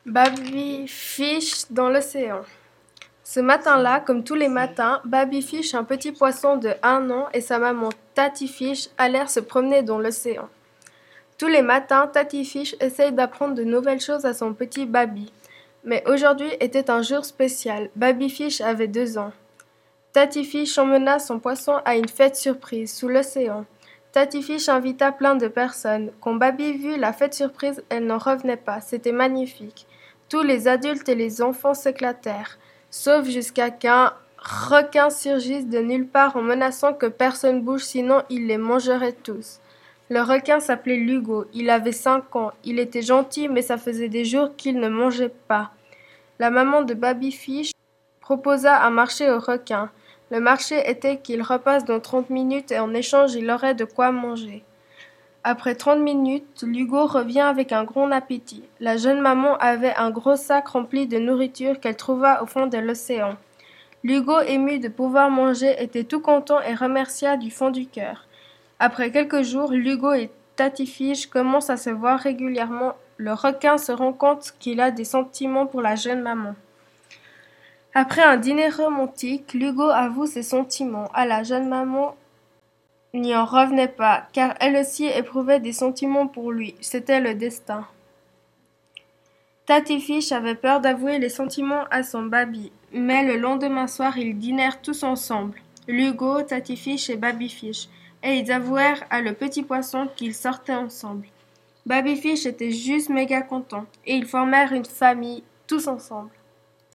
Baby Fish dans l'océan. Ce matin-là, comme tous les matins, Baby Fish, un petit poisson de 1 an, et sa maman Tati Fish allèrent se promener dans l'océan. Tous les matins, Tati Fish essaye d'apprendre de nouvelles choses à son petit Baby. Mais aujourd'hui était un jour spécial. Baby Fish avait 2 ans. Tati Fish emmena son poisson à une fête surprise sous l'océan. Tati Fish invita plein de personnes. Quand Baby vit la fête surprise, elle n'en revenait pas. C'était magnifique. Tous les adultes et les enfants s'éclatèrent, sauf jusqu'à qu'un requin surgisse de nulle part en menaçant que personne bouge, sinon il les mangerait tous. Le requin s'appelait Lugo. Il avait 5 ans. Il était gentil, mais ça faisait des jours qu'il ne mangeait pas. La maman de Baby Fish proposa un marché au requin. Le marché était qu'il repasse dans 30 minutes et en échange il aurait de quoi manger. Après 30 minutes, Lugo revient avec un grand appétit. La jeune maman avait un gros sac rempli de nourriture qu'elle trouva au fond de l'océan. Lugo, ému de pouvoir manger, était tout content et remercia du fond du cœur. Après quelques jours, Lugo et Tati Fish commencent à se voir régulièrement. Le requin se rend compte qu'il a des sentiments pour la jeune maman. Après un dîner romantique, Lugo avoue ses sentiments à la jeune maman. N'y en revenait pas, car elle aussi éprouvait des sentiments pour lui. C'était le destin. Tati Fish avait peur d'avouer les sentiments à son Baby, mais le lendemain soir, ils dînèrent tous ensemble. Lugo, Tati Fish et Baby Fish, et ils avouèrent à le petit poisson qu'ils sortaient ensemble. Baby Fish était juste méga content, et ils formèrent une famille, tous ensemble.